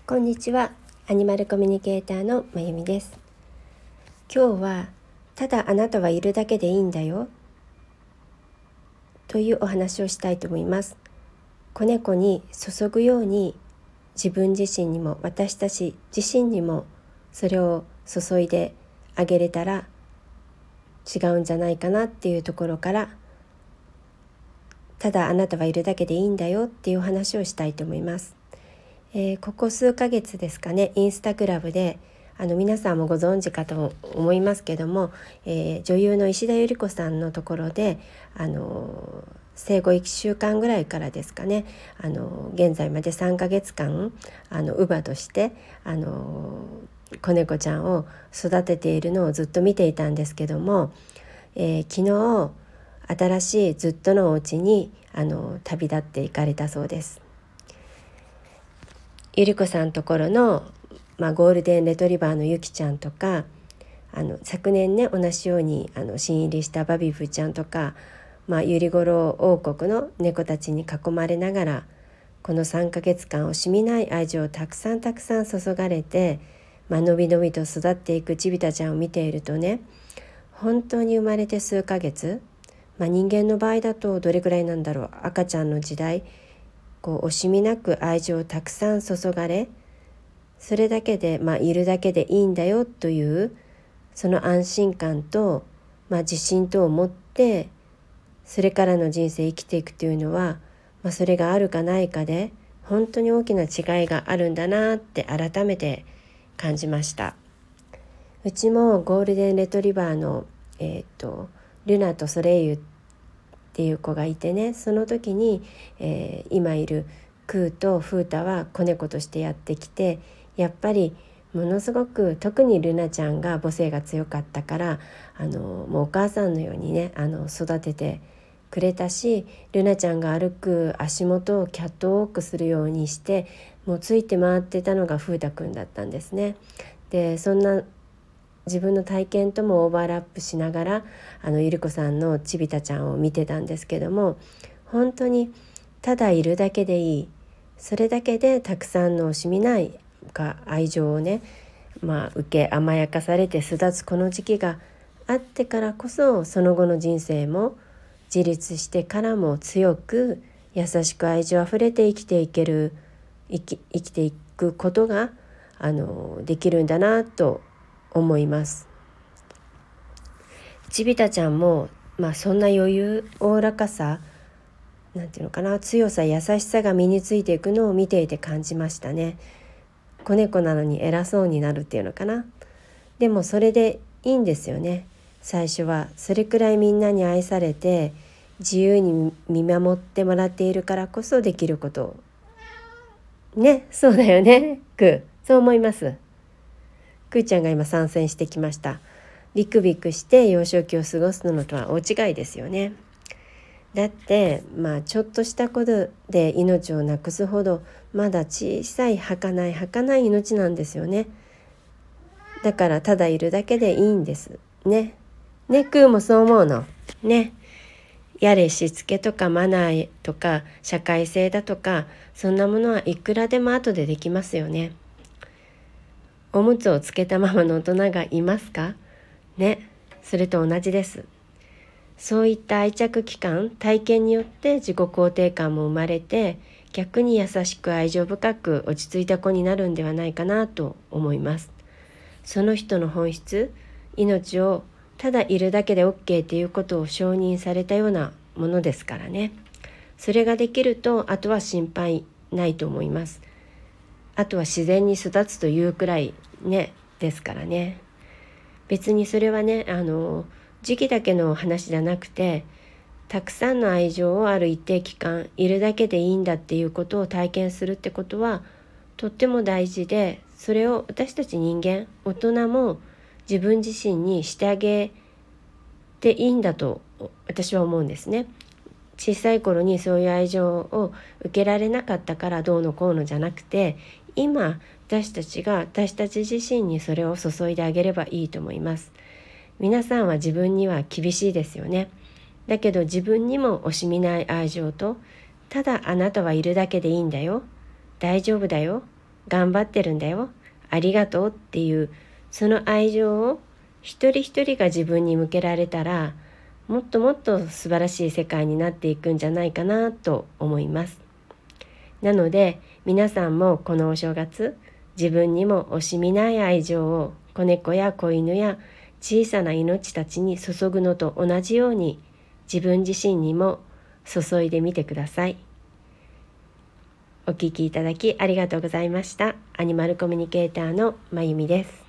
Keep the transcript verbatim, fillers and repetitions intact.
こんにちは。アニマルコミュニケーターのまゆみです。今日はただあなたはいるだけでいいんだよというお話をしたいと思います。子猫に注ぐように自分自身にも私たち自身にもそれを注いであげれたら違うんじゃないかなっていうところから、ただあなたはいるだけでいいんだよっていうお話をしたいと思います。えー、ここ数ヶ月ですかね、インスタグラムであの皆さんもご存知かと思いますけども、えー、女優の石田ゆり子さんのところであの生後いっしゅうかんぐらいからですかね、あの現在までさんかげつかんあの乳母としてあの子猫ちゃんを育てているのをずっと見ていたんですけども、えー、昨日新しいずっとのお家にあの旅立って行かれたそうです。ゆり子さんところの、まあ、ゴールデンレトリバーのゆきちゃんとか、あの昨年ね同じようにあの新入りしたバビブちゃんとか、まあ、ゆりごろ王国の猫たちに囲まれながらこのさんかげつかん惜しみない愛情をたくさんたくさん注がれて、まあのびのびと育っていくちびたちゃんを見ているとね、本当に生まれて数ヶ月、まあ、人間の場合だとどれくらいなんだろう、赤ちゃんの時代こう惜しみなく愛情をたくさん注がれ、それだけで、まあ、いるだけでいいんだよというその安心感と、まあ、自信とを持ってそれからの人生生きていくというのは、まあ、それがあるかないかで本当に大きな違いがあるんだなって改めて感じました。うちもゴールデンレトリバーの、えー、とルナとソレイユっていう子がいてね、その時に、えー、今いるクーとフータは子猫としてやってきて、やっぱりものすごく特にルナちゃんが母性が強かったから、あのもうお母さんのようにねあの育ててくれたし、ルナちゃんが歩く足元をキャットウォークするようにしてもうついて回ってたのがフータくんだったんですね。でそんな自分の体験ともオーバーラップしながらあのゆり子さんのちびたちゃんを見てたんですけども、本当にただいるだけでいい、それだけでたくさんの惜しみないか愛情をね、まあ、受け甘やかされて巣立つこの時期があってからこそ、その後の人生も自立してからも強く優しく愛情あふれて生きていける生き、生きていくことがあのできるんだなと思います。ちびたちゃんも、まあ、そんな余裕おおらかさなんていうのかな、強さ優しさが身についていくのを見ていて感じましたね。子猫なのに偉そうになるっていうのかな。でもそれでいいんですよね。最初はそれくらいみんなに愛されて自由に見守ってもらっているからこそできることね。そうだよねクー、そう思います。クーちゃんが今参戦してきました。ビクビクして幼少期を過ごすのとは大違いですよね。だってまあちょっとしたことで命をなくすほどまだ小さい儚い儚い命なんですよね。だからただいるだけでいいんですね。ね、クーもそう思うのね。やれしつけとかマナーとか社会性だとかそんなものはいくらでも後でできますよね。おむつをつけたままの大人がいますかね。それと同じです。そういった愛着期間体験によって自己肯定感も生まれて、逆に優しく愛情深く落ち着いた子になるんではないかなと思います。その人の本質、命をただいるだけで OK ということを承認されたようなものですからね。それができるとあとは心配ないと思います。あとは自然に巣立つというくらいねですからね。別にそれはねあの時期だけの話じゃなくて、たくさんの愛情をある一定期間いるだけでいいんだっていうことを体験するってことはとっても大事で、それを私たち人間大人も自分自身にしてあげていいんだと私は思うんですね。小さい頃にそういう愛情を受けられなかったからどうのこうのじゃなくて、今私たちが私たち自身にそれを注いであげればいいと思います。皆さんは自分には厳しいですよね。だけど自分にも惜しみない愛情と、ただあなたはいるだけでいいんだよ、大丈夫だよ頑張ってるんだよ、ありがとうっていう、その愛情を一人一人が自分に向けられたら、もっともっと素晴らしい世界になっていくんじゃないかなと思います。なので皆さんもこのお正月、自分にも惜しみない愛情を子猫や子犬や小さな命たちに注ぐのと同じように、自分自身にも注いでみてください。お聞きいただきありがとうございました。アニマルコミュニケーターのまゆみです。